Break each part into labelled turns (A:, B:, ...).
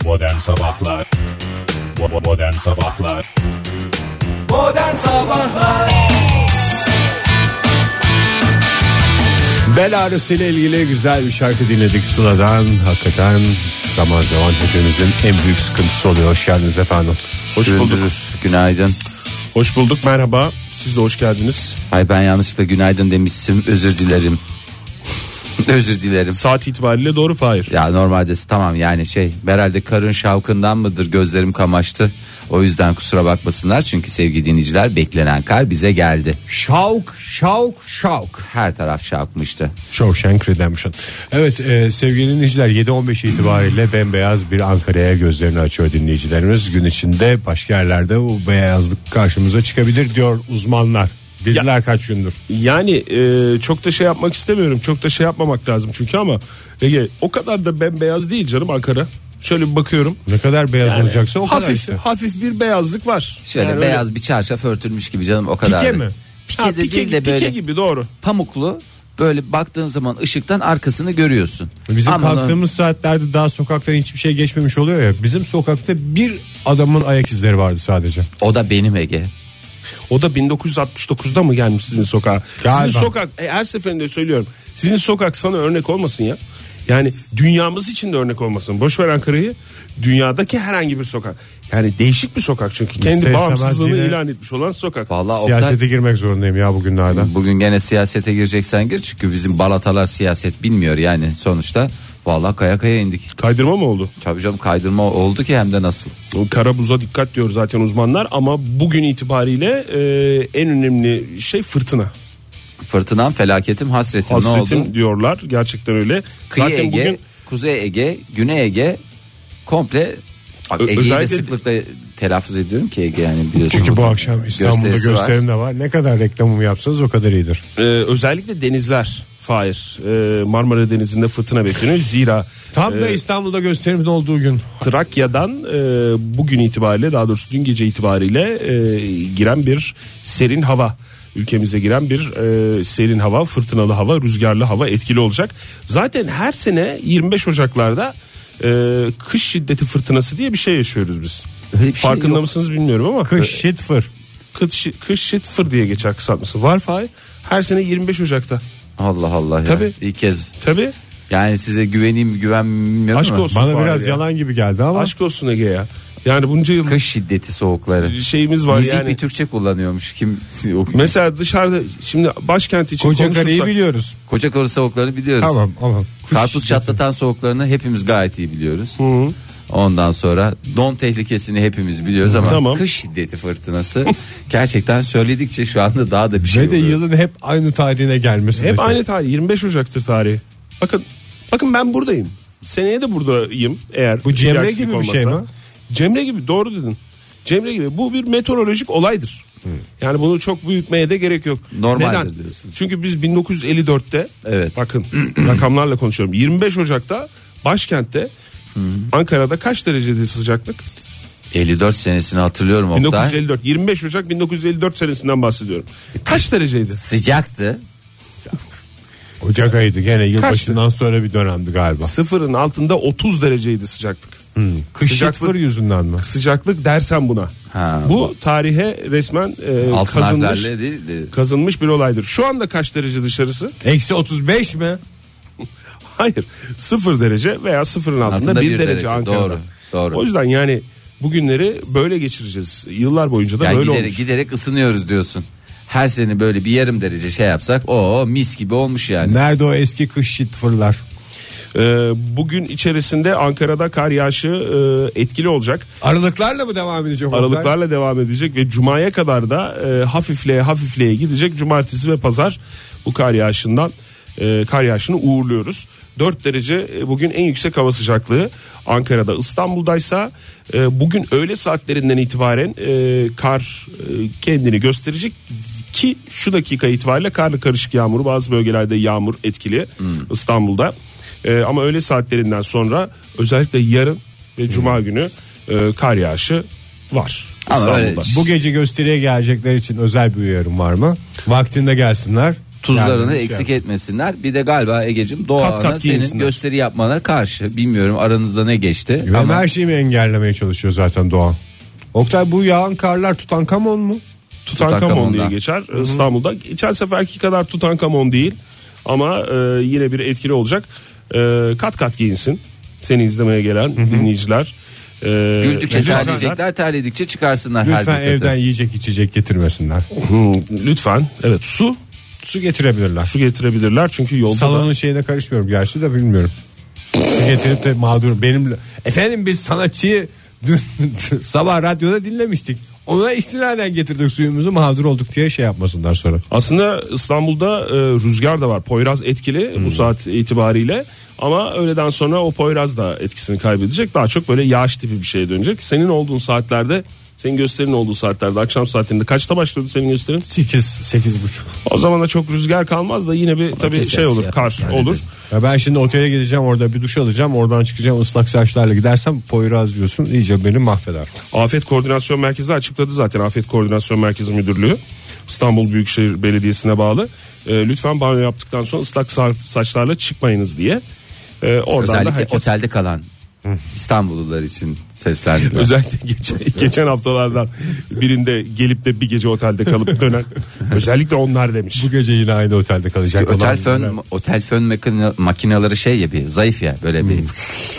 A: Modern Sabahlar. Modern Sabahlar.
B: Modern Sabahlar.
C: Bel ağrısıyla ilgili güzel bir şarkı dinledik Sıla'dan. Hakikaten zaman zaman hepimizin en büyük sıkıntısı oluyor. Hoş geldiniz efendim.
D: Hoş bulduk. Günaydın.
E: Hoş bulduk, merhaba. Siz de hoş geldiniz.
D: Ay ben yanlışlıkla günaydın demişsim, özür dilerim. Özür dilerim.
E: Saat itibariyle doğru Fahir.
D: Ya normalde tamam yani herhalde karın şavkından mıdır gözlerim kamaştı. O yüzden kusura bakmasınlar çünkü sevgili dinleyiciler beklenen kar bize geldi.
C: Şavk.
D: Her taraf şavkmıştı.
C: Shawshank Redemption. Evet sevgili dinleyiciler 7-15 itibariyle bembeyaz bir Ankara'ya gözlerini açıyor dinleyicilerimiz. Gün içinde başka yerlerde o beyazlık karşımıza çıkabilir diyor uzmanlar. Dediler kaç gündür.
E: Yani çok da şey yapmak istemiyorum. Çok da şey yapmamak lazım çünkü ama Ege o kadar da bembeyaz değil canım Ankara. Şöyle bir bakıyorum.
C: Ne kadar beyaz
E: Yani
C: olacaksa o kadar işte.
E: Hafif bir beyazlık var.
D: Şöyle
E: Yani
D: beyaz
E: öyle.
D: bir çarşaf örtülmüş gibi canım o kadar.
C: Pike mi?
D: Pike de değil de böyle
E: pike gibi doğru.
D: pamuklu. Böyle baktığın zaman ışıktan arkasını görüyorsun.
C: Bizim
D: Ama
C: kalktığımız saatlerde daha sokaktan hiçbir şey geçmemiş oluyor ya. Bizim sokakta bir adamın ayak izleri vardı sadece.
D: o da benim Ege.
E: O da 1969'da mı gelmiş sizin sokağa?
C: Galiba.
E: Sizin sokak her seferinde söylüyorum. Sizin sokak sana örnek olmasın ya. Yani dünyamız için de örnek olmasın. Boş ver Ankara'yı. Dünyadaki herhangi bir sokak. Yani değişik bir sokak çünkü. Kendi
C: İster
E: bağımsızlığını
C: istemez yine
E: ilan etmiş olan sokak.
D: Vallahi
C: Siyasete girmek zorundayım ya bugünlerde.
D: Bugün gene siyasete gireceksen gir çünkü bizim balatalar siyaset bilmiyor yani sonuçta. Vallahi kaya kaya indik.
E: Kaydırma mı oldu?
D: Tabii canım kaydırma oldu ki hem de nasıl.
E: O kara buza dikkat diyor zaten uzmanlar ama bugün itibariyle en önemli şey fırtına.
D: Fırtınam felaketim hasretim, ne oldu?
E: Hasretim diyorlar gerçekten öyle.
D: Kıyı
E: Zaten
D: Ege,
E: bugün
D: Kuzey Ege, Güney Ege komple Ege'yi de
E: özellikle-
D: sıklıkla telaffuz ediyorum ki Ege yani biliyorsun.
C: Çünkü bu akşam İstanbul'da
D: Gösterisi var.
C: gösterim de var. Ne kadar reklamımı yapsanız o kadar iyidir.
E: özellikle denizler Fahir Marmara Denizi'nde fırtına bekleniyor. Zira
C: Tam da İstanbul'da gösterimin olduğu gün.
E: Trakya'dan bugün itibariyle daha doğrusu dün gece itibariyle giren bir serin hava. Ülkemize giren bir serin hava, fırtınalı hava, rüzgarlı hava etkili olacak. Zaten her sene 25 Ocaklar'da kış şiddeti fırtınası diye bir şey yaşıyoruz biz.
D: Öyle bir şey
E: Farkında
D: yok.
E: mısınız bilmiyorum ama.
C: Kış şit fır.
E: Kış şit fır diye geçer kısaltması. Var Fahir. Her sene 25 Ocak'ta.
D: Allah Allah ya.
E: Tabii.
D: İlk kez.
E: Tabii.
D: Yani size güveneyim güvenmiyorum
E: Aşk
D: ama.
E: olsun.
C: Bana
E: Fahir
C: biraz
E: ya.
C: yalan gibi geldi ama.
E: Aşk olsun Ege ya. Yani bunca yıl
D: Kış şiddeti soğukları.
E: şeyimiz var
D: Nizik
E: yani.
D: bir Türkçe kullanıyormuş. Kim okuyor?
E: Mesela dışarıda şimdi başkent için
C: Kocakarı'yı
E: konuşursak.
C: biliyoruz.
D: Kocakarı soğuklarını biliyoruz.
C: Tamam. Kış
D: Karpuz
C: şiddeti.
D: çatlatan soğuklarını hepimiz gayet iyi biliyoruz. Ondan sonra don tehlikesini hepimiz biliyoruz ama
E: Tamam.
D: kış şiddeti fırtınası gerçekten söyledikçe şu anda daha da bir şey
C: Ve de
D: oluyor.
C: yılın hep aynı tarihine gelmesi. de
E: Hep
C: şey.
E: aynı tarih 25 Ocak'tır tarihi. Bakın ben buradayım. Seneye de buradayım eğer.
C: Bu Cemre
E: aksilik
C: gibi bir
E: olmasa.
C: şey mi?
E: Cemre gibi doğru dedin. Cemre gibi bu bir meteorolojik olaydır. Yani bunu çok büyütmeye de gerek yok.
D: Normaldir
E: Neden?
D: diyorsunuz.
E: Çünkü biz 1954'te
D: Evet.
E: bakın rakamlarla konuşuyorum. 25 Ocak'ta başkentte Ankara'da kaç derecede sıcaklık?
D: 54 senesini hatırlıyorum Oktay.
E: 1954. 25 Ocak 1954 senesinden bahsediyorum. Kaç dereceydi?
D: Sıcaktı.
C: Ocak ayıydı gene yılbaşından sonra bir dönemdi galiba.
E: Sıfırın altında 30 dereceydi sıcaklık.
C: Kış şit
E: Sıcaklık-
C: fır yüzünden mi?
E: Sıcaklık dersen buna.
D: Ha,
E: Bu tarihe resmen
D: altın
E: kazınmış,
D: harflerle değil de.
E: kazınmış bir olaydır. Şu anda kaç derece dışarısı?
C: Eksi 35 mi?
E: Hayır. 0 derece veya sıfırın altında
D: Altında
E: 1
D: bir
E: derece
D: derece.
E: Ankara'da.
D: Doğru, doğru.
E: O yüzden yani bugünleri böyle geçireceğiz. Yıllar boyunca da
D: Yani
E: böyle
D: giderek,
E: olmuş.
D: giderek ısınıyoruz diyorsun. Her sene böyle bir yarım derece şey yapsak o mis gibi olmuş yani.
C: Nerede o eski kış şit fırlar?
E: Bugün içerisinde Ankara'da kar yağışı etkili olacak.
C: Aralıklarla mı devam edecek? Oktay?
E: Aralıklarla devam edecek ve Cuma'ya kadar da hafifleye gidecek. Cumartesi ve pazar bu kar yağışını uğurluyoruz. 4 derece bugün en yüksek hava sıcaklığı Ankara'da. İstanbul'daysa bugün öğle saatlerinden itibaren kar kendini gösterecek ki şu dakika itibariyle karlı karışık yağmur, bazı bölgelerde yağmur etkili İstanbul'da. Ama öğle saatlerinden sonra özellikle yarın ve cuma günü kar yağışı var
D: Ama
E: İstanbul'da.
D: öyle-
C: Bu gece gösteriye gelecekler için özel bir uyarım var mı? Vaktinde gelsinler.
D: Tuzlarını
C: Yani
D: eksik etmesinler. Bir de galiba Egeciğim Doğan'a
E: Kat kat
D: senin
E: giyinsinler.
D: gösteri yapmana karşı. Bilmiyorum aranızda ne geçti.
C: Ve
D: Ama
C: her şeyi mi engellemeye çalışıyor zaten Doğan? Oktay, bu yağan karlar Tutankamon mu?
E: Tutankamon diye
D: Tutankamon'dan.
E: geçer İstanbul'da. Geçen seferki kadar Tutankamon değil ama yine bir etkili olacak. Kat kat giyinsin seni izlemeye gelen dinleyiciler.
D: güldükçe
E: lütfen-
D: terleyecekler, terledikçe çıkarsınlar.
C: Lütfen
D: her
C: evden
D: dikkati.
C: yiyecek içecek getirmesinler.
E: Lütfen, evet,
C: Su getirebilirler.
E: su getirebilirler çünkü yolda
C: Salonun
E: da
C: şeyine karışmıyorum gerçi de bilmiyorum. Su getirip de mağdur benimle. Efendim biz sanatçıyı dün sabah radyoda dinlemiştik. Ona istinaden getirdik suyumuzu, mağdur olduk diye şey yapmasınlar sonra.
E: aslında İstanbul'da rüzgar da var. Poyraz etkili bu saat itibariyle. Ama öğleden sonra o Poyraz da etkisini kaybedecek. Daha çok böyle yağış tipi bir şeye dönecek. Senin olduğun saatlerde, senin gösterinin olduğu saatlerde, akşam saatlerinde kaçta başlıyordu senin gösterin?
C: 8-8.30.
E: O zaman da çok rüzgar kalmaz da yine bir tabii
D: Keser
E: şey olur,
D: ya.
E: kar
D: Yani
E: olur.
C: Ya ben şimdi otele gideceğim, orada bir duş alacağım, oradan çıkacağım, ıslak saçlarla gidersem Poyraz diyorsun, iyice beni mahveder.
E: Afet Koordinasyon Merkezi açıkladı zaten. Afet Koordinasyon Merkezi Müdürlüğü İstanbul Büyükşehir Belediyesi'ne bağlı. Lütfen banyo yaptıktan sonra ıslak saçlarla çıkmayınız diye. Oradan da
D: Özellikle
E: herkes...
D: otelde kalan İstanbullular için seslendiler.
E: Özellikle geçen haftalardan birinde gelip de bir gece otelde kalıp dönen özellikle onlar demiş.
C: Bu gece yine aynı otelde kalacak.
D: Otel fön makineleri şey ya, bir zayıf ya, böyle bir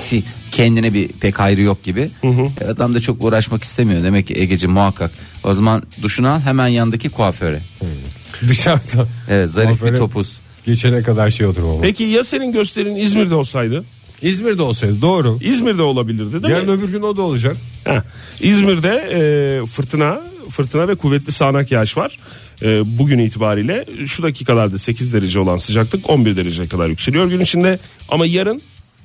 D: kendine bir pek hayrı yok gibi. Adam da çok uğraşmak istemiyor. Demek ki Egeci muhakkak. O zaman duşunu al, hemen yandaki kuaföre.
C: Dışarıda.
D: Evet, zarif bir
C: Kuaföre
D: topuz.
C: Geçene kadar şey olur ama.
E: Peki ya senin gösterin İzmir'de olsaydı?
C: İzmir'de olsaydı doğru.
E: İzmir'de olabilirdi değil
C: Yarın
E: mi?
C: öbür gün o da olacak.
E: Heh. İzmir'de fırtına ve kuvvetli sağanak yağış var. Bugün itibariyle şu dakikalarda 8 derece olan sıcaklık 11 dereceye kadar yükseliyor gün içinde. Ama yarın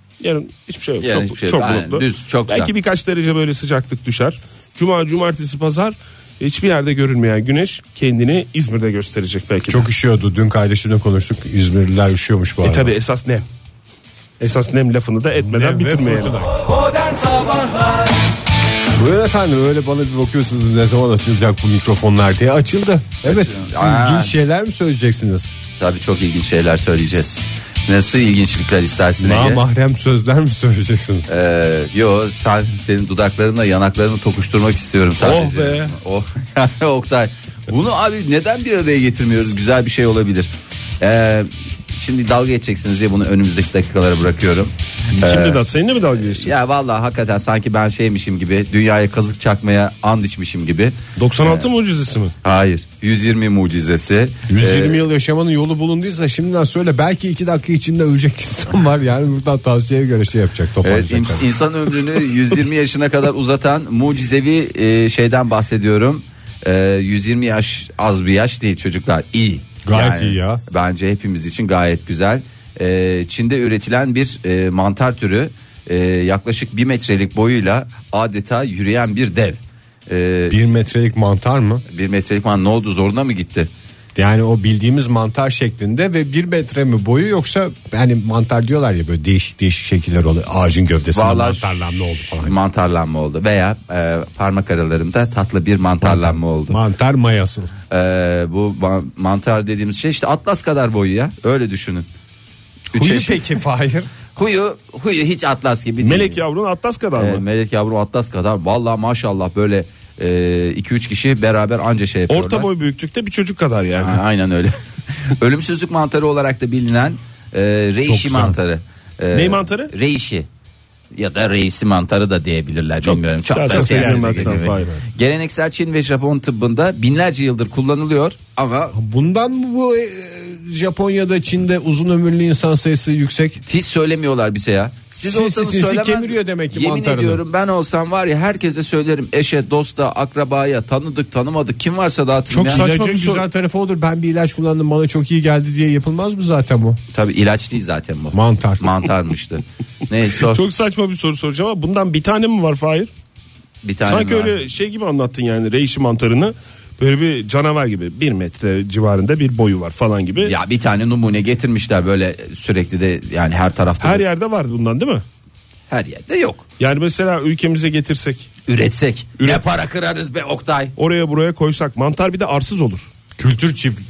E: hiçbir şey yok.
D: Yarın
E: Çok,
D: hiçbir şey
E: çok
D: yok. Aynen,
E: bulutlu.
D: düz, çok
E: Belki
D: güzel.
E: birkaç derece böyle sıcaklık düşer. Cuma, cumartesi, pazar hiçbir yerde görünmeyen güneş kendini İzmir'de gösterecek belki de.
C: Çok üşüyordu. Dün kardeşimle konuştuk. İzmirliler üşüyormuş bu arada.
E: Tabii esas nem. Esas nem lafını da etmeden
C: Nem ve
E: bitirmeyelim.
C: fırtına.
B: Modern Sabahlar
C: Buyurun efendim, öyle bana bir bakıyorsunuz ne zaman açılacak bu mikrofonlar diye. Açıldı. Evet.
D: Aa.
C: İlginç şeyler mi söyleyeceksiniz?
D: Tabii çok ilginç şeyler söyleyeceğiz. Nasıl ilginçlikler istersin Ege?
C: Mahrem sözler mi söyleyeceksiniz?
D: Yo, senin dudaklarınla yanaklarını tokuşturmak istiyorum sadece.
C: Oh be.
D: Oh. Oktay. Bunu abi neden bir araya getirmiyoruz? Güzel bir şey olabilir. Şimdi dalga geçeceksiniz diye bunu önümüzdeki dakikalara bırakıyorum.
E: Şimdi de seninle mi dalga geçeceğiz?
D: Ya vallahi hakikaten sanki ben şeymişim gibi, dünyaya kazık çakmaya and içmişim gibi.
E: 96 mucizesi mi?
D: Hayır, 120 mucizesi.
C: 120 yıl yaşamanın yolu bulunduysa şimdiden söyle, belki 2 dakika içinde ölecek insan var. Yani buradan tavsiyeye göre şey yapacak,
D: Evet,
C: toparlayacak.
D: insan ömrünü 120 yaşına kadar uzatan mucizevi şeyden bahsediyorum. 120 yaş az bir yaş değil çocuklar, iyi.
C: Gayet iyi ya.
D: Bence hepimiz için gayet güzel. Çin'de üretilen bir mantar türü, yaklaşık 1 metrelik boyuyla adeta yürüyen bir dev.
C: 1 metrelik mantar mı?
D: 1 metrelik mantar, ne oldu, zoruna mı gitti?
C: Yani o bildiğimiz mantar şeklinde ve 1 metre mi boyu, yoksa hani mantar diyorlar ya, böyle değişik değişik şekiller oluyor. Ağacın gövdesinde mantarlanma oldu falan.
D: Mantarlanma oldu veya parmak aralarında tatlı bir mantarlanma oldu.
C: Mantar mayası.
D: Bu mantar dediğimiz şey işte atlas kadar boyu ya, öyle düşünün.
C: Huyu peki Fahir?
D: Huyu hiç atlas gibi değil.
E: Melek yavrun atlas kadar mı?
D: Melek yavru atlas kadar. Vallahi maşallah, böyle 2-3 kişi beraber anca şey yapıyorlar.
E: Orta boy büyüklükte bir çocuk kadar yani.
D: Aynen öyle. Ölümsüzlük mantarı olarak da bilinen reishi mantarı.
E: Ney mantarı?
D: Reishi. Ya da reisi mantarı da diyebilirler, bilmiyorum. Çok da
E: Sen
D: siyasi
E: bilmezsen
D: gibi.
E: Fahir.
D: Geleneksel Çin ve Japon tıbbında binlerce yıldır kullanılıyor ama
C: Bundan mı bu Japonya'da, Çin'de uzun ömürlü insan sayısı yüksek?
D: hiç söylemiyorlar bize ya. Siz
C: Sinsi
D: olsanız
C: sinsi
D: söylemez.
C: kemiriyor demek ki
D: Yemin
C: mantarını.
D: ediyorum, ben olsam var ya, herkese söylerim. Eşe, dosta, akrabaya, tanıdık tanımadık kim varsa dağıtırım
E: Çok
D: ya.
E: saçma
C: İlacın
E: bir soru.
C: güzel tarafı olur. Ben bir ilaç kullandım, bana çok iyi geldi diye yapılmaz mı zaten bu?
D: Tabii ilaç değil zaten bu.
C: Mantar.
D: Mantarmıştı. Neyse o.
E: Çok saçma bir soru soracağım ama bundan bir tane mi var Fahir?
D: Bir tane
E: Sanki
D: var.
E: öyle şey gibi anlattın yani, reishi mantarını. Böyle bir canavar gibi, 1 metre civarında bir boyu var falan gibi.
D: Ya bir tane numune getirmişler böyle, sürekli de yani her tarafta.
E: Her
D: da-
E: yerde var bundan değil mi?
D: her yerde yok.
E: Yani mesela ülkemize getirsek,
D: Üretsek. Ne para kırarız be Oktay.
E: oraya buraya koysak, mantar bir de arsız olur.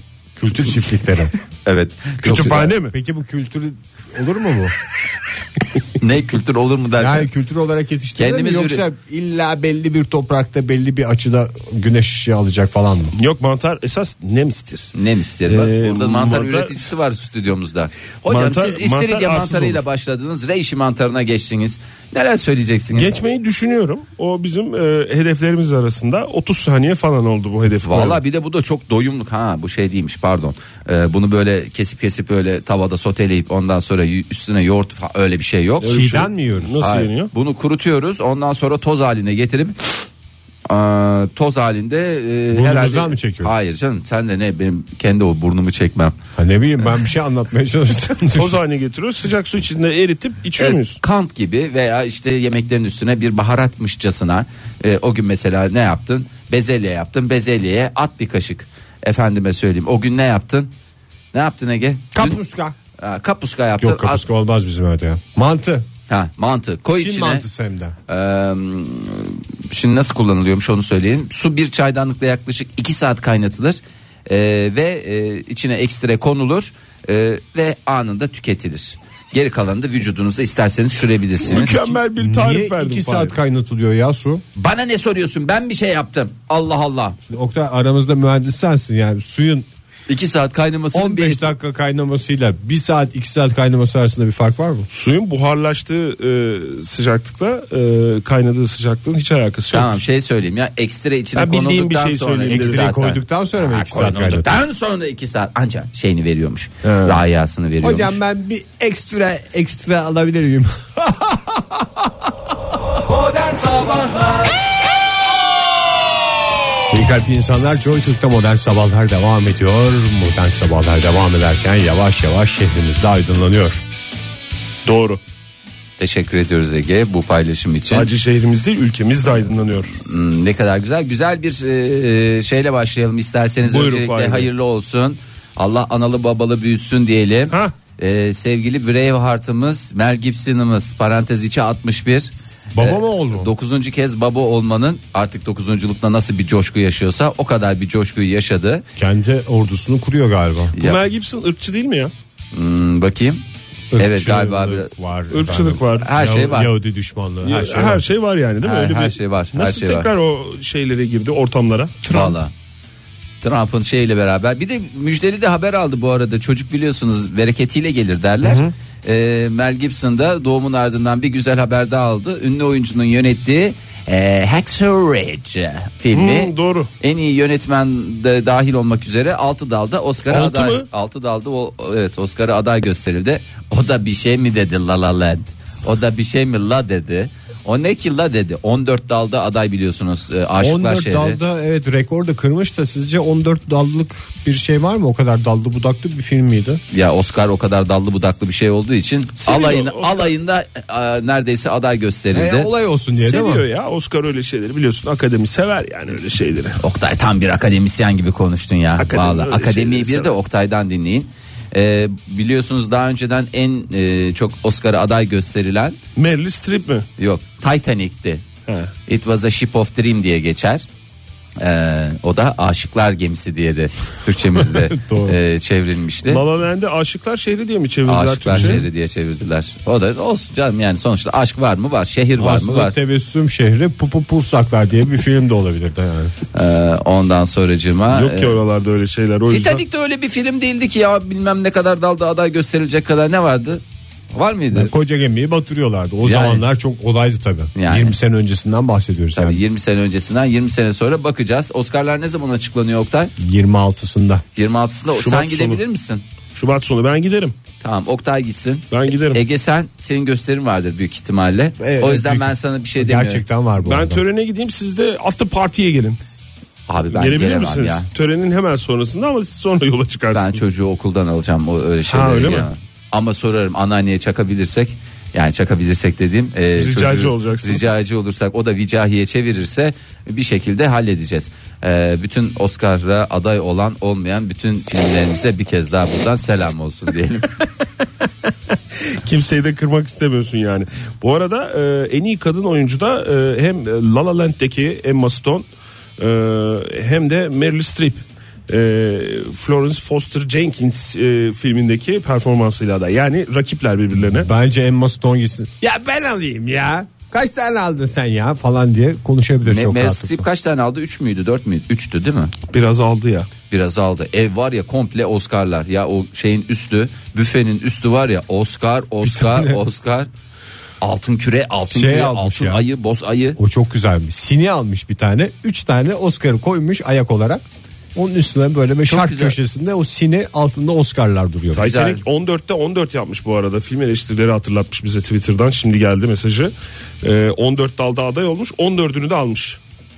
C: Kültür çiftlikleri.
D: Evet.
E: Kütüphane mi?
C: Peki bu kültür olur mu bu?
D: Ne kültür olur mu derken?
C: Yani kültür olarak yetiştirilir mi
D: Kendimiz
C: yoksa illa belli bir toprakta belli bir açıda güneş ışığı alacak falan mı?
E: Yok, mantar esas nemstir.
D: Ne ister? Bak, burada mantar
E: mantar-
D: üreticisi var stüdyomuzda. Hocam
E: Mantar-
D: siz istiridye
E: mantar arsız
D: mantarıyla
E: olur.
D: başladınız. Reishi mantarına geçtiniz. Neler söyleyeceksiniz?
E: Geçmeyi düşünüyorum. O bizim hedeflerimiz arasında. 30 saniye falan oldu bu hedef.
D: Vallahi bir de bu da çok doyumluk. Ha bu şey değilmiş, pardon. Bunu böyle kesip böyle tavada soteleyip ondan sonra üstüne yoğurt falan, öyle bir şey yok.
C: Çiğden mi yiyoruz?
E: Nasıl
D: Hayır,
E: yeniyor?
D: bunu kurutuyoruz, ondan sonra toz haline getirip toz halinde
C: Burnumuzdan mı çekiyoruz?
D: Hayır canım, sen de ne, benim kendi o burnumu çekmem.
C: Ha ne bileyim, ben bir şey anlatmaya çalıştım.
E: Toz haline getiriyoruz. Sıcak su içinde eritip içiyor
D: Evet,
E: muyuz?
D: kant gibi veya işte yemeklerin üstüne bir baharatmışçasına o gün mesela ne yaptın? Bezelye yaptın, bezelyeye at bir kaşık. Efendime söyleyeyim, o gün ne yaptın? Ne yaptın Ege?
C: Kapuska.
D: Kapuska yaptın.
C: Yok, kapuska olmaz bizim öyle ya. Mantı.
D: Mantı koy
C: Çin
D: içine.
C: mantısı hem de.
D: Şimdi nasıl kullanılıyormuş onu söyleyeyim. Su bir çaydanlıkla yaklaşık 2 saat kaynatılır ve içine ekstra konulur ve anında tüketilir. Geri kalanı da vücudunuza isterseniz sürebilirsiniz.
E: Mükemmel bir
C: Niye
E: tarif verdim.
C: 2
E: Fahir.
C: saat kaynatılıyor ya su?
D: Bana ne soruyorsun? Ben bir şey yaptım. Allah Allah.
C: Şimdi Oktay, aramızda mühendis sensin, yani suyun
D: 2 saat kaynamasının
C: 15 dakika kaynamasıyla 1 saat 2 saat kaynaması arasında bir fark var mı?
E: Suyun buharlaştığı sıcaklıkla kaynadığı sıcaklığın hiç alakası yok.
D: Tamam, şey söyleyeyim ya, ekstra içine
E: Ben bildiğim
D: konulduktan
E: bir şey
D: sonra
E: söyleyeyim.
D: 2
C: Ekstreyi
D: saat
C: koyduktan sonra mı 2 saat kaynatılıyor?
D: konulduktan sonra 2 saat ancak şeyini veriyormuş. Layığını veriyormuş.
C: Hocam ben bir ekstra alabilir miyim?
B: Modern Sabahlar
C: İyi kalpli insanlar, Joy Türk'te Modern Sabahlar devam ediyor. Modern Sabahlar devam ederken yavaş yavaş şehrimizde aydınlanıyor.
E: Doğru.
D: Teşekkür ediyoruz Ege bu paylaşım için.
E: Sadece şehrimiz değil, ülkemiz de aydınlanıyor.
D: Ne kadar güzel. Güzel bir şeyle başlayalım isterseniz.
E: Buyurun,
D: Öncelikle
E: Fahir Bey.
D: hayırlı olsun. Allah analı babalı büyütsün diyelim.
E: Ha.
D: Sevgili Braveheart'ımız, Mel Gibson'ımız parantez içi 61.
C: Baba mı oldu?
D: 9. kez baba olmanın artık 9'unculukta nasıl bir coşku yaşıyorsa o kadar bir coşkuyu yaşadı.
C: Kendi ordusunu kuruyor galiba.
E: Bu
D: Ya-
E: Mel Gibson ırkçı değil mi ya?
D: Bakayım. Evet galiba bir-
C: var.
E: Irkçılık var.
D: Her şey var.
C: Yahudi düşmanlığı, her şey
E: Her
C: var.
E: şey var yani, değil mi? Öyle
D: Her
E: bir-
D: şey var. Her
E: Nasıl
D: şey
E: tekrar o şeylere girdi, ortamlara?
D: Valla. Trump'ın şeyle beraber bir de müjdeli de haber aldı bu arada. Çocuk biliyorsunuz bereketiyle gelir derler. Mel Gibson da doğumun ardından bir güzel haber daha aldı. Ünlü oyuncunun yönettiği Hacksaw Ridge filmi.
E: Doğru.
D: En iyi yönetmen de dahil olmak üzere 6 dalda Oscar'a
E: 6
D: aday.
E: mı?
D: 6 dalda evet Oscar'a aday gösterildi. O da bir şey mi dedi La La Land? O da bir şey mi la dedi? O ne ki la dedi. 14 dalda aday biliyorsunuz. Aşıklar
C: 14
D: Şehri.
C: dalda evet rekor da kırmış da, sizce 14 dallık bir şey var mı? O kadar dallı budaklı bir film miydi?
D: Ya Oscar o kadar dallı budaklı bir şey olduğu için
E: Seviyor Oscar.
D: alayında neredeyse aday gösterildi.
C: Olay olsun diye değil mi?
E: Seviyor ya Oscar öyle şeyleri, biliyorsun akademi sever yani öyle şeyleri.
D: Oktay tam bir akademisyen gibi konuştun ya.
E: Akademi
D: Vallahi
E: öyle
D: akademiyi
E: şeyleri
D: bir de Oktay'dan dinleyin. Biliyorsunuz daha önceden en çok Oscar'a aday gösterilen
E: Meryl Streep mi?
D: yok Titanic'ti.
E: He.
D: It was a ship of dream diye geçer. O da aşıklar gemisi diye de Türkçemizde
C: Doğru.
D: çevrilmişti.
E: La La Land'de Aşıklar Şehri diye mi çevirdiler
D: Aşıklar
E: Türkçe?
D: şehri diye çevirdiler. O da olsun canım, yani sonuçta aşk var mı var, şehir var mı
C: Aslında
D: var.
C: Tebessüm Şehri Pursaklar diye bir film de olabilirdi yani.
D: Ondan sonracığıma
E: Yok ki oralarda öyle şeyler, o yüzden.
D: Titanic de öyle bir film değildi ki ya, bilmem ne kadar dalda aday gösterilecek kadar ne vardı? Var mıydı?
C: Koca gemiyi batırıyorlardı. O
D: Yani-
C: zamanlar çok olaydı tabii.
D: Yani.
C: 20 sene öncesinden bahsediyoruz.
D: Tabii
C: Yani.
D: 20 sene öncesinden 20 sene sonra bakacağız. Oscar'lar ne zaman açıklanıyor Oktay?
C: 26'sında.
D: 26'sında
E: Şubat
D: sen gidebilir
E: sonu.
D: misin?
E: Şubat sonu ben giderim.
D: Tamam, Oktay gitsin.
E: Ben giderim.
D: Ege senin gösterin vardır büyük ihtimalle.
C: Evet,
D: o yüzden
C: büyük-
D: ben sana bir şey demiyorum.
C: Gerçekten var bu
E: Ben
C: arada.
E: törene gideyim, siz de after party'ye gelin.
D: Abi ben
E: Gelebilir
D: gelemem
E: misiniz?
D: ya.
E: Törenin hemen sonrasında, ama siz sonra yola çıkarsınız.
D: Ben çocuğu okuldan alacağım, o öyle şeyler.
E: öyle mi?
D: Ama sorarım, anneanneye çakabilirsek, yani çakabilirsek dediğim
E: Ricacı
D: çocuğu-
E: olacaksınız.
D: Ricacı olursak, o da vicahiye çevirirse bir şekilde halledeceğiz. Bütün Oscar'a aday olan olmayan bütün filmlerimize bir kez daha buradan selam olsun diyelim.
E: Kimseyi de kırmak istemiyorsun yani. Bu arada en iyi kadın oyuncu da hem La La Land'deki Emma Stone hem de Meryl Streep. Florence Foster Jenkins filmindeki performansıyla da, yani rakipler birbirlerine.
C: Bence Emma Stone gitsin. Ya ben alayım ya. Kaç tane aldın sen ya falan diye konuşabilir çok
D: Meryl
C: rahatlıkla.
D: Streep kaç tane aldı? 3 müydü 4 müydü? 3'tü değil mi?
E: Biraz aldı ya.
D: Biraz aldı. Ev var ya komple Oscar'lar. Ya o şeyin üstü, büfenin üstü var ya, Oscar. Altın küre, altın
C: Şey
D: küre,
C: almış
D: altın
C: ya.
D: ayı, boz ayı.
C: O çok güzelmiş. Sini almış bir tane. 3 tane Oscar'ı koymuş ayak olarak. Onun üstüne böyle bir şark
D: güzel.
C: köşesinde o sini altında Oscar'lar duruyor.
E: Titanic 14'te 14 yapmış bu arada. Film eleştirileri hatırlatmış bize Twitter'dan. Şimdi geldi mesajı. 14 dalda aday olmuş. 14'ünü de almış.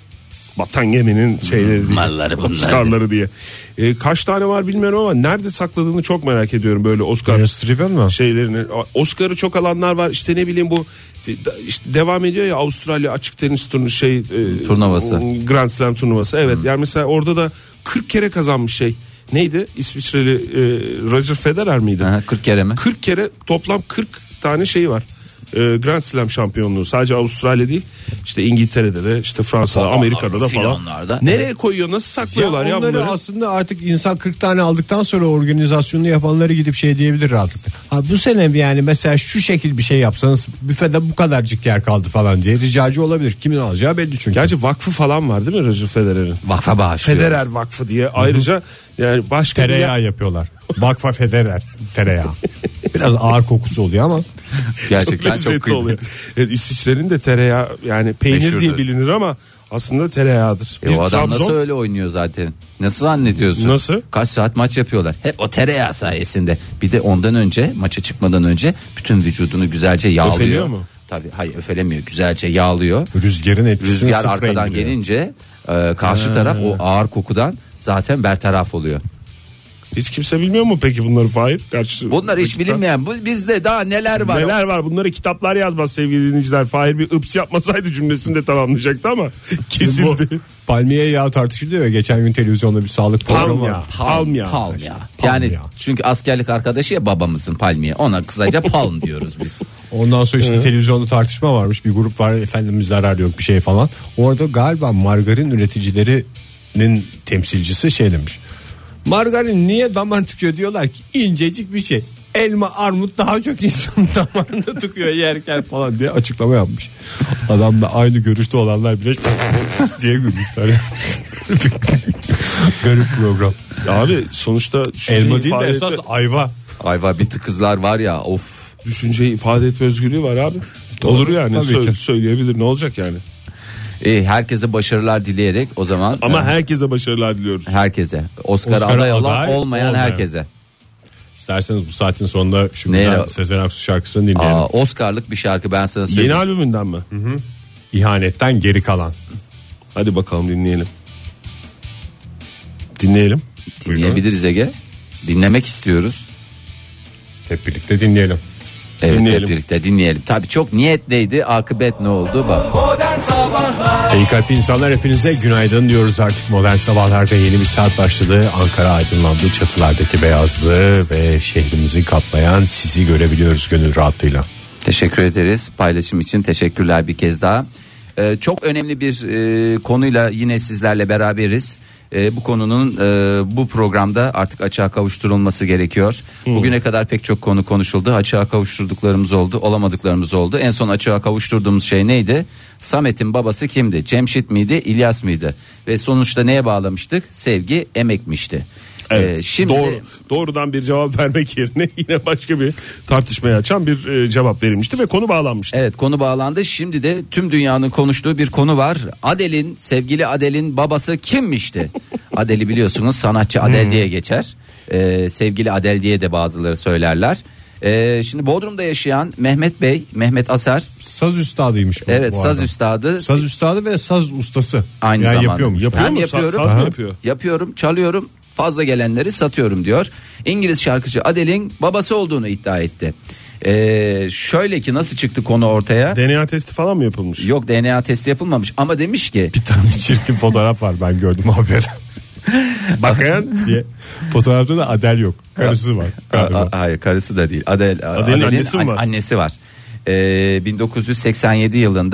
E: Vatan geminin şeyleri diye.
D: Malları bunlar.
E: Oscar'ları diye. Kaç tane var bilmiyorum ama nerede sakladığını çok merak ediyorum böyle Oscar
C: Meryl Streep'in mi?
E: şeylerini. Oscar'ı çok alanlar var. İşte ne bileyim bu işte devam ediyor ya Avustralya açık tenis
D: Turnuvası.
E: Grand Slam turnuvası. Evet. Yani mesela orada da 40 kere kazanmış şey. Neydi? İsviçreli Roger Federer miydi?
D: Aha, 40 kere mi?
E: 40 kere toplam 40 tane şey var. Grand Slam şampiyonluğu sadece Avustralya değil, işte İngiltere'de de, işte Fransa'da, Amerika'da da falan.
D: Filonlarda.
E: Nereye koyuyor, nasıl saklıyorlar ya
C: onları
E: bunları?
C: aslında artık insan 40 tane aldıktan sonra organizasyonunu yapanları gidip şey diyebilir rahatlıkla. Ha bu sene yani mesela şu şekil bir şey yapsanız büfede bu kadarcık yer kaldı falan diye ricacı olabilir. Kimin alacağı belli çünkü.
E: Gerçi vakfı falan var değil mi Roger Federer'in?
D: Vakfa bağışlıyor.
E: Federer Vakfı diye ayrıca yani başka
C: Tereyağı yapıyorlar. Vakfa Federer tereyağı. Biraz ağır kokusu oluyor ama.
D: Gerçekten çok
E: lezzetli
D: kıymetli.
E: oluyor. Evet, İsviçre'nin de tereyağı yani peynir
D: Meşhurdur.
E: diye bilinir ama aslında tereyağıdır.
D: O adam nasıl öyle oynuyor zaten? Nasıl zannediyorsun?
E: Nasıl?
D: Kaç saat maç yapıyorlar? Hep o tereyağı sayesinde. Bir de ondan önce, maça çıkmadan önce bütün vücudunu güzelce yağlıyor.
E: Öfeliyor mu?
D: Tabii, hayır öfelemiyor. Güzelce yağlıyor.
C: Rüzgarın etkisini
D: Rüzgar
C: sıfıra
D: arkadan
C: indiriyor.
D: gelince karşı taraf o ağır kokudan zaten bertaraf oluyor.
E: Hiç kimse bilmiyor mu peki bunları Fahir?
D: Bunlar hiç bilinmeyen, bizde daha neler var.
E: Neler var, bunları kitaplar yazmaz sevgili dinleyiciler. Fahir bir ıps yapmasaydı cümlesini de tamamlayacaktı ama kesildi.
C: Bu palmiye yağı tartışılıyor ya, geçen gün televizyonda bir sağlık programı var.
E: Palm yağı.
D: Palm yağı.
C: Palm
D: Yani
C: yağı.
D: çünkü askerlik arkadaşı ya babamızın, palmiye. Ona kısaca palm diyoruz biz.
C: Ondan sonra işte televizyonda tartışma varmış. Bir grup var, efendimiz zarar yok bir şey falan. Orada galiba margarin üreticilerinin temsilcisi şey demiş. Margarin niye damar tıkıyor diyorlar ki incecik bir şey. Elma, armut daha çok insanın damarında tıkıyor yerken falan diye açıklama yapmış. Adam da aynı görüşte olanlar bile diye gülmüşler. Garip program.
E: Abi sonuçta
C: Elma değil de esas ayva.
D: Ayva bitti kızlar var ya, of.
E: düşünceyi ifade etme özgürlüğü var abi. Olur yani,
C: Tabii ki.
E: söyleyebilir, ne olacak yani.
D: Herkese başarılar dileyerek o zaman.
E: Ama herkese başarılar diliyoruz.
D: Herkese. Oscar'a
C: Oscar'a
D: aday olan,
C: aday
D: olmayan
C: olmayan.
D: herkese.
C: İsterseniz bu saatin sonunda şu
D: Neyle?
C: güzel Sezen Aksu şarkısını dinleyelim.
D: Oscar'lık bir şarkı, ben sana söyleyeyim.
E: Yeni albümünden mi?
C: İhanetten geri kalan.
E: Hadi bakalım dinleyelim. Dinleyelim.
D: Dinleyebiliriz Ege. Dinlemek istiyoruz.
C: Hep birlikte dinleyelim.
D: Evet,
E: Dinleyelim.
D: hep birlikte dinleyelim. Tabii çok niyetliydi, akıbet ne oldu bak.
B: Modern Sabahlar
C: İyi kalpli insanlar, hepinize günaydın diyoruz artık. Modern Sabahlar'da yeni bir saat başladı. Ankara aydınlandı, çatılardaki beyazlığı ve şehrimizi kaplayan sizi görebiliyoruz gönül rahatlığıyla.
D: Teşekkür ederiz. Paylaşım için teşekkürler bir kez daha. Çok önemli bir konuyla yine sizlerle beraberiz. Bu konunun bu programda artık açığa kavuşturulması gerekiyor. Bugüne kadar pek çok konu konuşuldu. Açığa kavuşturduklarımız oldu, olamadıklarımız oldu. En son açığa kavuşturduğumuz şey neydi? Samet'in babası kimdi? Cemşit miydi, İlyas mıydı? Ve sonuçta neye bağlamıştık? Sevgi emekmişti.
E: Evet.
D: Şimdi
E: Doğrudan bir cevap vermek yerine yine başka bir tartışmaya açan bir cevap verilmişti ve konu bağlanmıştı.
D: evet, konu bağlandı. Şimdi de tüm dünyanın konuştuğu bir konu var. Sevgili Adele'in babası kimmişti? Adele'i biliyorsunuz, sanatçı Adele diye geçer. Sevgili Adele diye de bazıları söylerler. Şimdi Bodrum'da yaşayan Mehmet Asar.
C: Saz üstadıymış bu.
D: Evet,
C: bu
D: saz
C: arada.
D: üstadı.
C: Saz üstadı ve saz ustası.
D: Aynı
C: yani
D: zamanda.
C: yapıyormuş.
E: Yapıyor
D: Hem
E: mu?
D: yapıyorum.
E: Saz mı
D: Aha.
E: yapıyor?
D: Yapıyorum, çalıyorum. Fazla gelenleri satıyorum diyor. İngiliz şarkıcı Adele'in babası olduğunu iddia etti. Şöyle ki, nasıl çıktı konu ortaya?
E: DNA testi falan mı yapılmış?
D: Yok, DNA testi yapılmamış ama demiş ki
C: Bir tane çirkin fotoğraf var, ben gördüm haberde. Bakın diye. Fotoğrafta da Adele yok. Karısı var. galiba.
D: Hayır, karısı da değil. Adele'in
E: annesi mi var?
D: Annesi var. 1987 yılında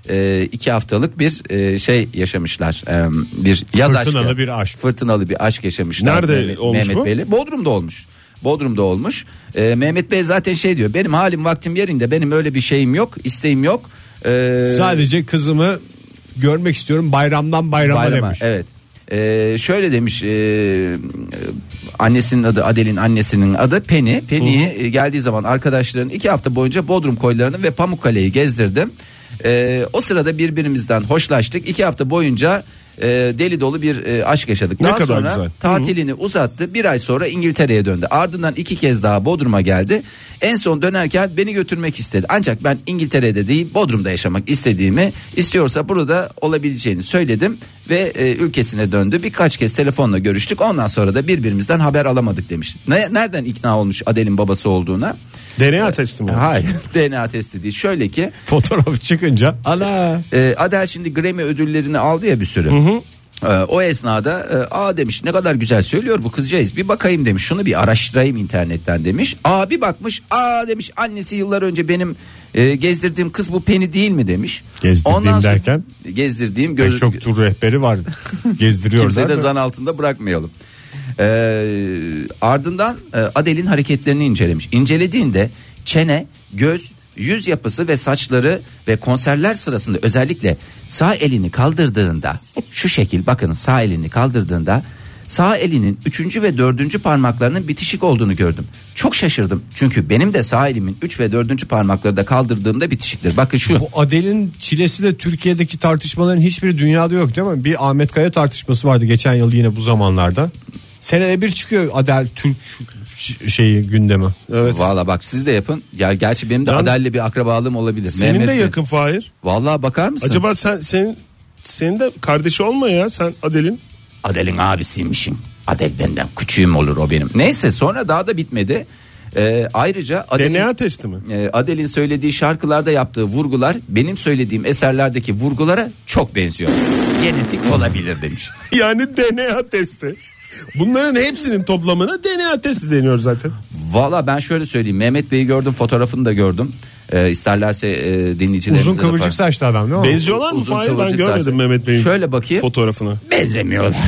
D: 2 haftalık bir şey yaşamışlar. Bir yaz
C: Fırtınalı
D: aşkı.
C: bir aşk.
D: Fırtınalı bir aşk yaşamışlar.
E: Nerede olmuş
D: Mehmet
E: bu?
D: Bey'le. Bodrum'da olmuş. Mehmet Bey zaten şey diyor. Benim halim vaktim yerinde. Benim öyle bir şeyim yok, isteğim yok.
C: Sadece kızımı görmek istiyorum bayramdan bayrama demiş.
D: Evet. Şöyle demiş, annesinin adı, Adel'in annesinin adı Penny. Penny'yi geldiği zaman arkadaşların 2 hafta boyunca Bodrum koylarını ve Pamukkale'yi gezdirdim. O sırada birbirimizden hoşlaştık. 2 hafta boyunca deli dolu bir aşk yaşadık.
E: Ne
D: Daha
E: kadar
D: sonra
E: güzel.
D: tatilini uzattı. 1 ay sonra İngiltere'ye döndü. Ardından 2 kez daha Bodrum'a geldi. En son dönerken beni götürmek istedi. Ancak ben İngiltere'de değil Bodrum'da yaşamak istediğimi, istiyorsa burada olabileceğini söyledim ve ülkesine döndü. Birkaç kez telefonla görüştük. Ondan sonra da birbirimizden haber alamadık demiş. Nereden ikna olmuş Adel'in babası olduğuna?
E: DNA testi mi?
D: Hayır, DNA testi değil. Şöyle ki
C: Fotoğraf çıkınca ana.
D: Adel şimdi Grammy ödüllerini aldı ya bir sürü. O esnada demiş ne kadar güzel söylüyor bu kızcağız, bir bakayım demiş, şunu bir araştırayım internetten demiş. Bir bakmış, demiş annesi yıllar önce benim gezdirdiğim kız bu Penny değil mi demiş.
C: Gezdirdiğim derken?
D: Gezdirdiğim
C: Pek çok tur rehberi var. Gezdiriyorlar.
D: Kimseyi de
C: da.
D: zan altında bırakmayalım. Ardından Adel'in hareketlerini incelemiş. İncelediğinde çene, göz, yüz yapısı ve saçları ve konserler sırasında özellikle sağ elini kaldırdığında şu şekil, bakın sağ elini kaldırdığında sağ elinin 3. ve 4. parmaklarının bitişik olduğunu gördüm. Çok şaşırdım çünkü benim de sağ elimin 3 ve 4. parmakları da kaldırdığımda bitişiktir. Bakın şu.
C: Bu Adel'in çilesi de Türkiye'deki tartışmaların hiçbiri dünyada yok değil mi? Bir Ahmet Kaya tartışması vardı geçen yıl yine bu zamanlarda. Senede bir çıkıyor Adel Türk şeyi gündemi.
E: Evet.
D: Valla bak siz de yapın. Ya gerçi benim de
E: Yalnız-
D: Adel'le bir akrabalığım olabilir.
E: Senin
D: Mehmet
E: de
D: Bey.
E: yakın Fahir.
D: Valla bakar mısın?
E: Acaba senin de kardeşi olma ya sen Adel'in.
D: Adel'in abisiymişim. Adel benden küçüğüm olur o benim. Neyse sonra daha da bitmedi. Ayrıca
E: DNA testi mi?
D: Adel'in söylediği şarkılarda yaptığı vurgular benim söylediğim eserlerdeki vurgulara çok benziyor. Genetik olabilir demiş.
E: Yani DNA testi. Bunların hepsinin toplamına DNA testi deniyor zaten.
D: Valla ben şöyle söyleyeyim. Mehmet Bey'i gördüm, fotoğrafını da gördüm. İsterlerse dinleyicilerimize
C: Uzun kıvırcık saçlı adam değil mi?
E: Benziyorlar mı
D: Uzun
E: Fahir? Ben
D: kıvırcık
E: görmedim
D: saçlı.
E: Mehmet Bey'in
D: Şöyle bakayım.
E: fotoğrafını.
D: Benzemiyorlar.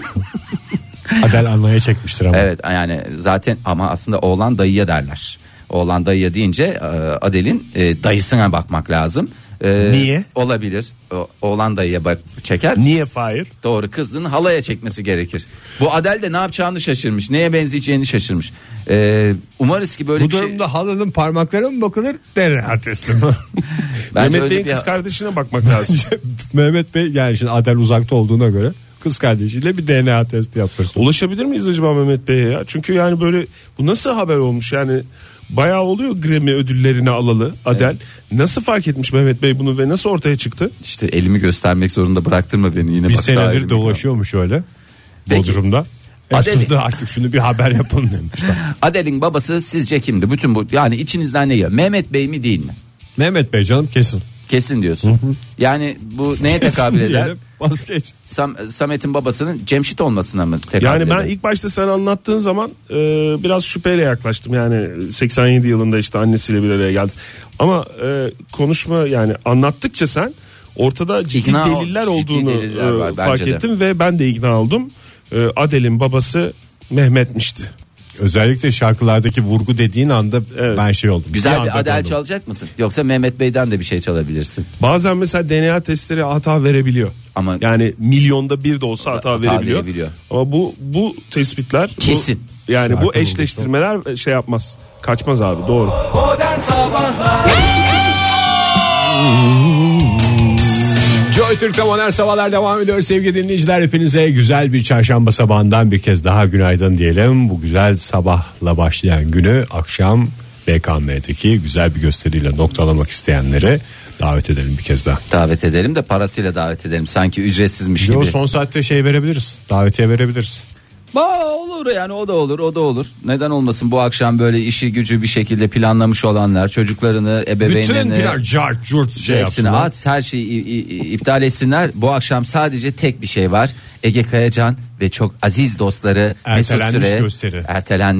C: Adel anlaya çekmiştir ama.
D: Evet yani zaten ama aslında oğlan dayıya derler. Oğlan dayıya deyince Adel'in dayısına bakmak lazım.
E: Niye?
D: Olabilir. Oğlan dayıya çeker.
E: Niye Fahir?
D: Doğru, kızının halaya çekmesi gerekir. Bu Adel de ne yapacağını şaşırmış. Neye benzeyeceğini şaşırmış. Umarız ki böyle
C: Bu
D: bir şey.
C: durumda halının parmakları mı bakılır DNA testi mi?
D: Bence
E: Mehmet
D: öyle
E: Bey'in
D: bir-
E: kız kardeşine bakmak lazım.
C: Mehmet Bey yani şimdi Adel uzakta olduğuna göre kız kardeşiyle bir DNA testi yaptırsın.
E: Ulaşabilir miyiz acaba Mehmet Bey'e ya? Çünkü yani böyle bu nasıl haber olmuş yani bayağı oluyor Grammy ödüllerini alalı Adel. Nasıl fark etmiş Mehmet Bey bunu ve nasıl ortaya çıktı?
D: İşte elimi göstermek zorunda bıraktırma beni yine.
C: Bir
D: bak, sağ
C: senedir
D: elimi-
C: dolaşıyormuş öyle.
D: Peki.
C: Bodrum'da.
D: Adel-
C: Efsun'da artık şunu bir haber yapalım demişler.
D: Adel'in babası sizce kimdi? Bütün bu yani içinizden ne geliyor? Mehmet Bey mi değil mi?
C: Mehmet Bey canım kesin.
D: Kesin diyorsun. Yani bu neye tekabül eder?
C: Diyelim, vazgeç.
D: Samet'in babasının Cemşit olmasına mı tekabül
E: Yani
D: eder?
E: ben ilk başta sen anlattığın zaman biraz şüpheyle yaklaştım. Yani 87 yılında işte annesiyle bir araya geldi. Ama konuşma yani anlattıkça sen ortada ciddi deliller
D: ciddi
E: olduğunu
D: deliller var
E: fark
D: bence de.
E: ettim ve ben de ikna oldum. Adel'in babası Mehmet'mişti.
C: Özellikle şarkılardaki vurgu dediğin anda
E: Evet.
C: ben şey oldum.
D: Güzel
C: anda
D: bir Adel
C: dondum.
D: çalacak mısın? Yoksa Mehmet Bey'den de bir şey çalabilirsin.
E: Bazen mesela DNA testleri hata verebiliyor.
D: Ama-
E: yani milyonda bir de olsa hata verebiliyor.
D: verebiliyor.
E: Ama bu tespitler
D: Kesin.
E: yani bu
C: Şarkı
E: eşleştirmeler şey yapmaz. Kaçmaz abi doğru.
B: Modern Sabahlar
C: Joy Türk'te modern sabahlar devam ediyor sevgili dinleyiciler. Hepinize güzel bir çarşamba sabahından bir kez daha günaydın diyelim. Bu güzel sabahla başlayan günü akşam BKM'deki güzel bir gösteriyle noktalamak isteyenleri davet edelim bir kez daha.
D: Davet edelim de parasıyla davet edelim. Sanki ücretsizmiş gibi.
C: Yo, son saatte şey verebiliriz. Davetiye verebiliriz.
D: Olur yani o da olur. Neden olmasın, bu akşam böyle işi gücü bir şekilde planlamış olanlar çocuklarını,
C: Bütün
D: ebeveynlerini
C: plan cart curt şey
D: hepsini
C: yapsınlar.
D: at, her şeyi iptal etsinler. Bu akşam sadece tek bir şey var. Ege Kayacan ve çok aziz dostları Mesut
C: Ertelenmiş
D: Süre
C: gösteri.
D: ertelenmiş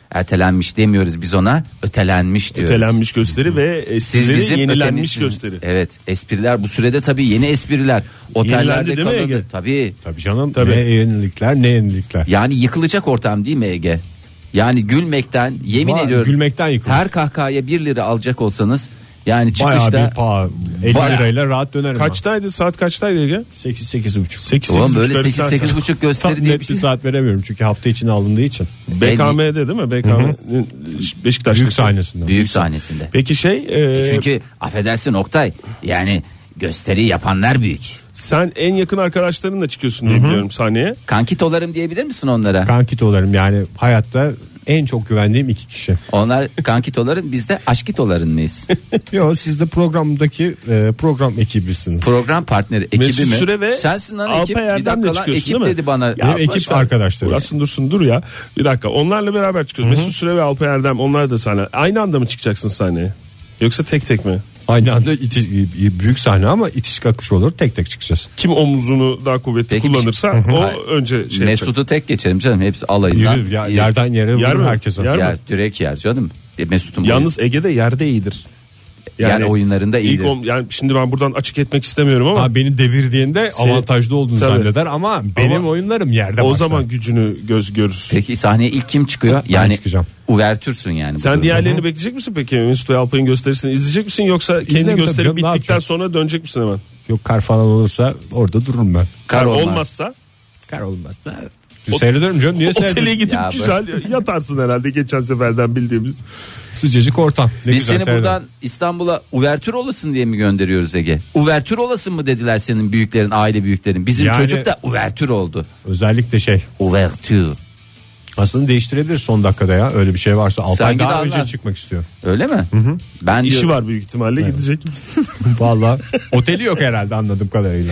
D: Ertelenmiş demiyoruz biz ona, ötelenmiş diyoruz.
E: Ötelenmiş gösteri ve
D: Siz
E: esprileri
D: bizim
E: yenilenmiş
D: ötemizsiniz.
E: gösteri.
D: Evet, espriler bu sürede tabii yeni espriler. Otellerde
E: Yenilendi değil mi
D: kalındı.
E: Ege?
D: Tabii.
C: Tabii canım,
E: Tabii.
C: ne yenilikler.
D: Yani yıkılacak ortam değil mi Ege? Yani gülmekten yemin ediyorum.
C: Gülmekten yıkılır.
D: Her kahkahaya 1 lira alacak olsanız yani
C: Bayağı
D: çıkışta
C: bir pahalı. 50
D: Bayağı.
C: lirayla rahat dönerim.
E: Kaçtaydı, saat kaçtaydı Ege?
C: 8-8,5.
E: 8
D: oğlum böyle 8-8,5 gösteri
C: Tam
D: diye
C: net
D: bir
C: bir
D: şey.
C: saat veremiyorum çünkü hafta içine alındığı için.
E: BKM'de değil mi? BKM'nin Beşiktaş'ta.
C: Büyük sahnesinden.
D: Büyük sahnesinde.
E: Peki
D: Çünkü affedersin Oktay, yani gösteri yapanlar büyük.
E: sen en yakın arkadaşlarınla çıkıyorsun diye biliyorum sahneye.
D: Kankitolarım diyebilir misin onlara?
C: Kankitolarım, yani hayatta en çok güvendiğim 2 kişi.
D: Onlar kankitoların, biz de aşkitoların mıyız?
C: Yo, siz de programdaki program ekibisiniz.
D: Program partneri ekibi
E: Mesut
D: mi?
E: Süre ve
D: Sensin lan ekip.
E: Alpay
D: Bir
E: Erdem'le
D: dakika lan,
E: çıkıyorsun
D: ekip
E: değil mi?
D: dedi bana.
C: Benim ekip
E: başlar.
C: arkadaşları.
E: Burasın dursun dur ya. Bir dakika, onlarla beraber çıkıyoruz. Mesut Süre ve Alpay Erdem, onlar da sahne. Aynı anda mı çıkacaksın sahneye? Yoksa tek tek mi?
C: Aynı anda büyük sahne ama itiş kakış olur, tek tek çıkacağız.
E: Kim omuzunu daha kuvvetli
D: Peki,
E: kullanırsa o önce şey yapacak.
D: Mesut'u tek geçelim canım, hepsi alayından.
C: Yürür, yerden yere
E: Yer
C: vurur
E: mi?
C: herkese.
E: Yer mi?
D: Yer, direkt yer canım. Mesut'un
E: Yalnız Ege'de yerde iyidir.
D: yani oyunlarında iyidir.
E: Yani şimdi ben buradan açık etmek istemiyorum ama
C: Ha, beni devirdiğinde avantajlı olduğunu
E: Tabii.
C: zanneder ama benim oyunlarım yerde
E: o
C: başlar.
E: zaman gücünü göz görür.
D: Peki sahneye ilk kim çıkıyor? Yani
C: çıkacağım.
D: uvertürsün yani. bu
E: Sen
D: durumda.
E: diğerlerini bekleyecek misin peki? Mesut ve Alpay'ın gösterisini izleyecek misin, yoksa kendi
C: İzlerim tabii
E: gösteri
C: canım, ne
E: bittikten
C: yapacağım?
E: sonra dönecek misin hemen?
C: Yok, kar falan olursa orada dururum ben.
D: Kar olmaz.
E: olmazsa
C: Kar olmazsa seyrederim canım, niye
E: otele
C: seyrederim?
E: gidip
D: Ya
E: güzel yatarsın herhalde, geçen seferden bildiğimiz.
C: Sıcacık ortam. Ne
D: Biz
C: güzel
D: seni
C: seyrederim.
D: buradan İstanbul'a uvertür olasın diye mi gönderiyoruz Ege? Uvertür olasın mı dediler senin büyüklerin, aile büyüklerin. Bizim
C: Yani-
D: çocuk da uvertür oldu.
C: Özellikle
D: Uvertür.
C: aslında değiştirebilir son dakikada ya, öyle bir şey varsa. Alpay
D: git
C: daha önce
D: anlat.
C: çıkmak istiyor.
D: Öyle mi? Ben
E: İşi
D: diyorum,
E: var büyük ihtimalle, gidecek.
C: Vallahi oteli yok herhalde anladığım kadarıyla.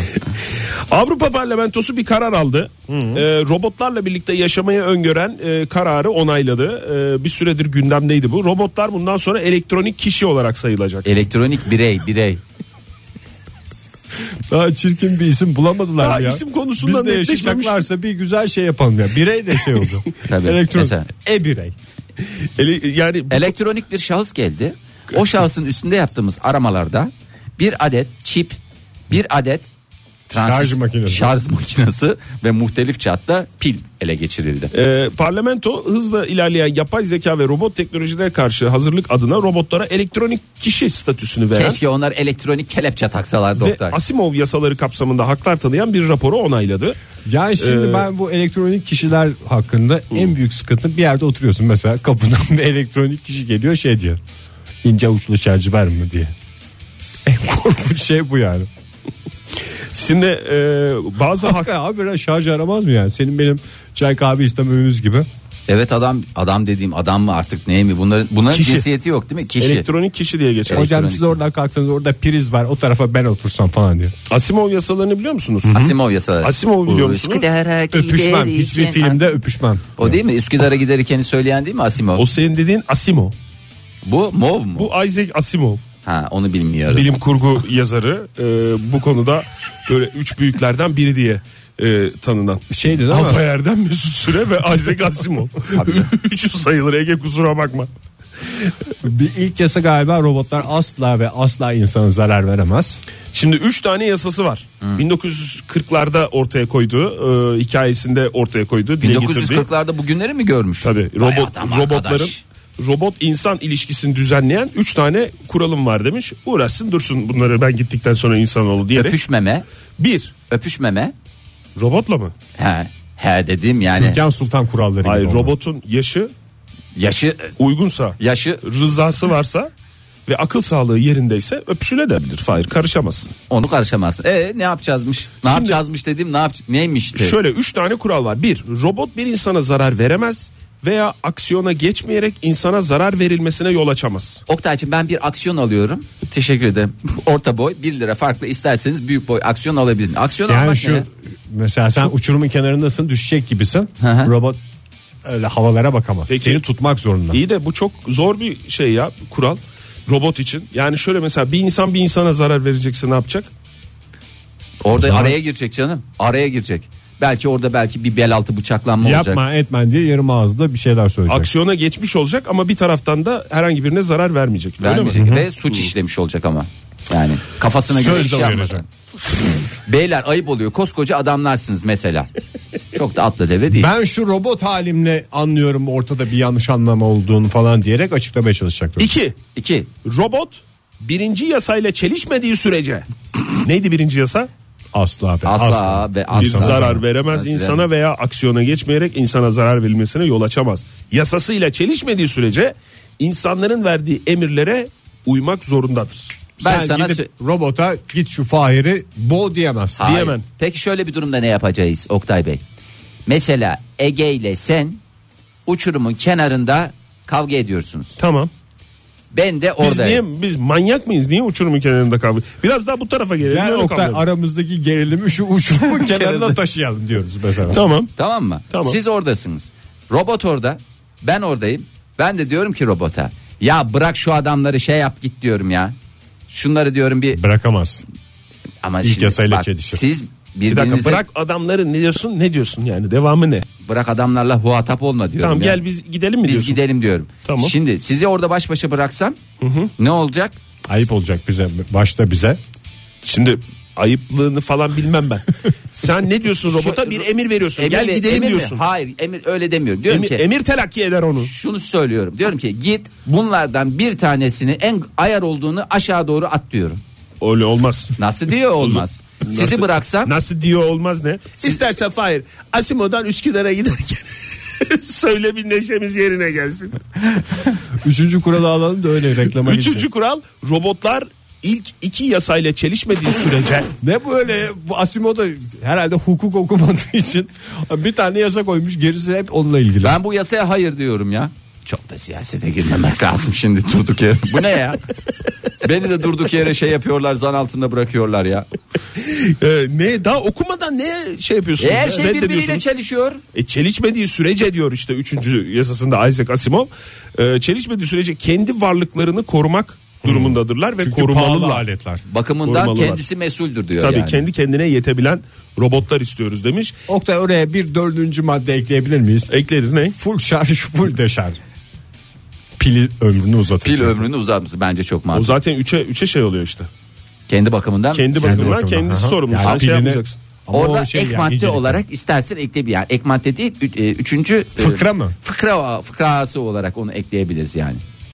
E: Avrupa Parlamentosu bir karar aldı. Robotlarla birlikte yaşamayı öngören kararı onayladı. Bir süredir gündemdeydi bu. Robotlar bundan sonra elektronik kişi olarak sayılacak.
D: elektronik birey.
C: Daha çirkin bir isim bulamadılar
E: Daha
C: ya.
E: isim konusunda
C: Biz de
E: netleşmemiş.
C: yaşayacaklarsa bir güzel şey yapalım ya. Birey de şey oldu.
D: Tabii,
C: Elektronik.
D: mesela.
C: E-birey.
E: Yani
D: Elektronik bir şahıs geldi. O şahsın üstünde yaptığımız aramalarda bir adet çip, bir adet şarj makinesi ve muhtelif çapta pil ele geçirildi.
E: parlamento hızla ilerleyen yapay zeka ve robot teknolojilere karşı hazırlık adına robotlara elektronik kişi statüsünü veren
D: Keşke onlar elektronik kelepçe taksalar
E: ve
D: doktor.
E: Asimov yasaları kapsamında haklar tanıyan bir raporu onayladı.
C: Yani şimdi ben bu elektronik kişiler hakkında en büyük sıkıntı, bir yerde oturuyorsun mesela, kapıdan bir elektronik kişi geliyor şey diyor. İnce uçlu şarjı var mı diye. En korkunç şey bu yani.
E: Şimdi bazı
C: Abi şarj aramaz mı yani? Senin benim çay kahve istememiz gibi.
D: Evet, adam dediğim adam mı artık, ne mi? Bunların
E: Kişi.
D: cinsiyeti yok değil mi? Kişi.
E: elektronik kişi diye geçer.
D: Evet.
C: Hocam siz oradan kalksanız orada priz var, o tarafa ben otursam falan diyor.
E: Asimov yasalarını biliyor musunuz?
D: Asimov yasaları.
E: Asimov biliyor musunuz?
D: Üsküdar'a
C: Öpüşmem.
D: giderken-
C: Hiçbir filmde öpüşmem.
D: O değil mi? Üsküdar'a giderken söyleyen değil mi Asimov?
E: O senin dediğin Asimov.
D: Bu Mov mu?
E: Bu Isaac Asimov.
D: Ha, onu bilmiyorum.
E: Bilim kurgu yazarı. Bu konuda böyle üç büyüklerden biri diye tanınan.
C: Şeydi değil mi?
E: Alpay Erdem, Mesut Süre ve Isaac Asimov. Üçü sayılır Ege, kusura bakma.
C: Bir ilk yasa galiba, robotlar asla ve asla insana zarar veremez.
E: Şimdi 3 tane yasası var. 1940'larda ortaya koyduğu, hikayesinde ortaya koyduğu, dile getirdiği.
D: 1940'larda bugünleri mi görmüş?
E: Tabii
D: Vay adam
E: robotların
D: arkadaş.
E: robot insan ilişkisini düzenleyen 3 tane kuralım var demiş. Uğraşsın dursun bunları ben gittikten sonra insanoğlu diyerek.
D: Öpüşmeme.
E: 1.
D: Öpüşmeme.
E: Robotla mı?
D: He dedim yani.
C: Türkan Sultan kuralları gibi.
E: Hayır,
C: onlar.
E: robotun
D: Yaşı
E: uygunsa, rızası varsa ve akıl sağlığı yerindeyse öpüşülebilir. Hayır, karışamazsın.
D: onu karışamazsın. Ne yapacağızmış? Ne yapacağızmış dedim. Neymişti?
E: Şöyle 3 tane kural var. 1. Robot bir insana zarar veremez veya aksiyona geçmeyerek insana zarar verilmesine yol açamaz.
D: Oktay'cığım, ben bir aksiyon alıyorum. Teşekkür ederim. Orta boy 1 lira farklı, isterseniz büyük boy aksiyon alabilirim. Aksiyon
C: Yani
D: almak
C: şu
D: ne?
C: mesela sen uçurumun kenarındasın, düşecek gibisin.
D: hı.
C: Robot öyle havalara bakamaz.
E: Peki.
C: Seni tutmak zorunda.
E: İyi de bu çok zor bir şey ya, kural robot için. Yani şöyle, mesela bir insan bir insana zarar verecekse ne yapacak?
D: Orada
C: zaman-
D: araya girecek canım. Araya girecek. Belki orada bir bel altı bıçaklanma olacak.
C: Yapma etmen diye yarım ağızda bir şeyler söyleyecek.
E: Aksiyona geçmiş olacak ama bir taraftan da herhangi birine zarar vermeyecek. Öyle mi?
D: Vermeyecek ve suç işlemiş olacak ama. Yani kafasına göre
C: Söz de
D: iş yapmasın.
C: uyaracak.
D: Beyler ayıp oluyor. Koskoca adamlarsınız mesela. Çok da atla deve değil.
C: Ben şu robot halimle anlıyorum ortada bir yanlış anlama olduğunu falan diyerek açıklamaya çalışacaktım.
E: 2. Robot birinci yasayla çelişmediği sürece. Neydi birinci yasa?
C: Asla ve
D: Asla ve
E: Bir
D: asla
E: zarar veremez
D: Asla.
E: insana veya aksiyona geçmeyerek insana zarar verilmesine yol açamaz. Yasasıyla çelişmediği sürece insanların verdiği emirlere uymak zorundadır.
D: Ben
C: Sen
D: sana
C: gidip robota git şu Fahir'i boğ diyemezsin.
D: Hayır.
E: Diyemem.
D: Peki şöyle bir durumda ne yapacağız Oktay Bey? Mesela Ege ile sen uçurumun kenarında kavga ediyorsunuz.
E: Tamam.
D: Ben de
E: Biz
D: orada.
E: biz manyak mıyız? Niye uçurumun kenarında kavga? Biraz daha bu tarafa gelelim.
C: Yani
E: öyle
C: Oktay
E: kavga edelim.
C: aramızdaki gerilimi şu uçurumun kenarına taşıyalım diyoruz mesela.
E: Tamam.
D: Tamam mı?
E: Tamam.
D: Siz oradasınız. Robot orada. Ben oradayım. Ben de diyorum ki robota, ya bırak şu adamları şey yap git diyorum ya. Şunları diyorum bir
C: Bırakamaz.
D: ama
C: İlk
D: şimdi
C: yasayla
D: bak,
C: çelişir.
D: siz
E: Bir dakika,
D: birbirinize
E: bırak adamları, ne diyorsun yani, devamı ne?
D: bırak adamlarla muhatap olma diyorum.
E: Tamam
D: ya.
E: gel biz gidelim mi
D: Biz
E: diyorsun?
D: gidelim diyorum.
E: Tamam.
D: Şimdi sizi orada baş başa bıraksam ne olacak?
C: Ayıp olacak bize başta bize.
E: Şimdi ayıplığını falan bilmem ben. Sen ne diyorsun robota? Bir emir veriyorsun. Gel gidelim
D: emir mi?
E: diyorsun.
D: Hayır, emir öyle demiyorum. Diyorum ki
E: Emir telakki eder onu.
D: şunu söylüyorum. Diyorum ki git bunlardan bir tanesini en ayar olduğunu aşağı doğru at diyorum.
E: Öyle olmaz.
D: Nasıl diyor olmaz. Sizi
E: Nasıl-
D: bıraksam
E: Nasıl diyor olmaz ne? İstersen Fahir Asimo'dan Üsküdar'a giderken söyle bir neşemiz yerine gelsin.
C: Üçüncü kuralı alalım da öyle reklama
E: Üçüncü
C: gideceğiz.
E: kural, robotlar ilk iki yasayla çelişmediği sürece.
C: Ne böyle bu Asimo da herhalde hukuk okumadığı için bir tane yasa koymuş, gerisi hep onunla ilgili.
D: ben bu yasaya hayır diyorum ya. Çok da siyasete girmemek lazım şimdi durduk yere. Bu ne ya? Beni de durduk yere şey yapıyorlar, zan altında bırakıyorlar ya.
E: Ne daha okumadan ne şey yapıyorsunuz?
D: Her
E: ya?
D: şey birbiriyle
E: Reddediyorsunuz.
D: çelişiyor.
E: Çelişmediği sürece diyor işte 3. yasasında Isaac Asimov. Çelişmediği sürece kendi varlıklarını korumak durumundadırlar ve
C: Çünkü pahalı
E: korumalılar.
C: aletler.
D: Bakımından
E: Korumalılar.
D: kendisi mesuldür diyor
E: Tabii
D: yani.
E: kendi kendine yetebilen robotlar istiyoruz demiş.
C: Oktay oraya bir dördüncü madde ekleyebilir miyiz?
E: Ekleriz ne?
C: Full şarj, full deşarj. Pil ömrünü uzatacak.
D: Pil ömrünü uzatması bence çok
E: O
D: mantıklı.
E: zaten 3'e şey oluyor işte.
D: Kendi bakımından.
E: Kendi bakımından
C: bakımından.
E: kendisi
C: Aha.
E: sorumlu.
C: Yani
E: Sen şey
C: pilini-
E: yapmayacaksın.
C: Ama
D: Orada
C: o şey
D: ek
C: yani,
D: madde
C: incelik.
D: olarak istersen ekle bir, yani ek madde değil üçüncü
C: Fıkra mı?
D: fıkrası olarak onu ekleyebiliriz yani.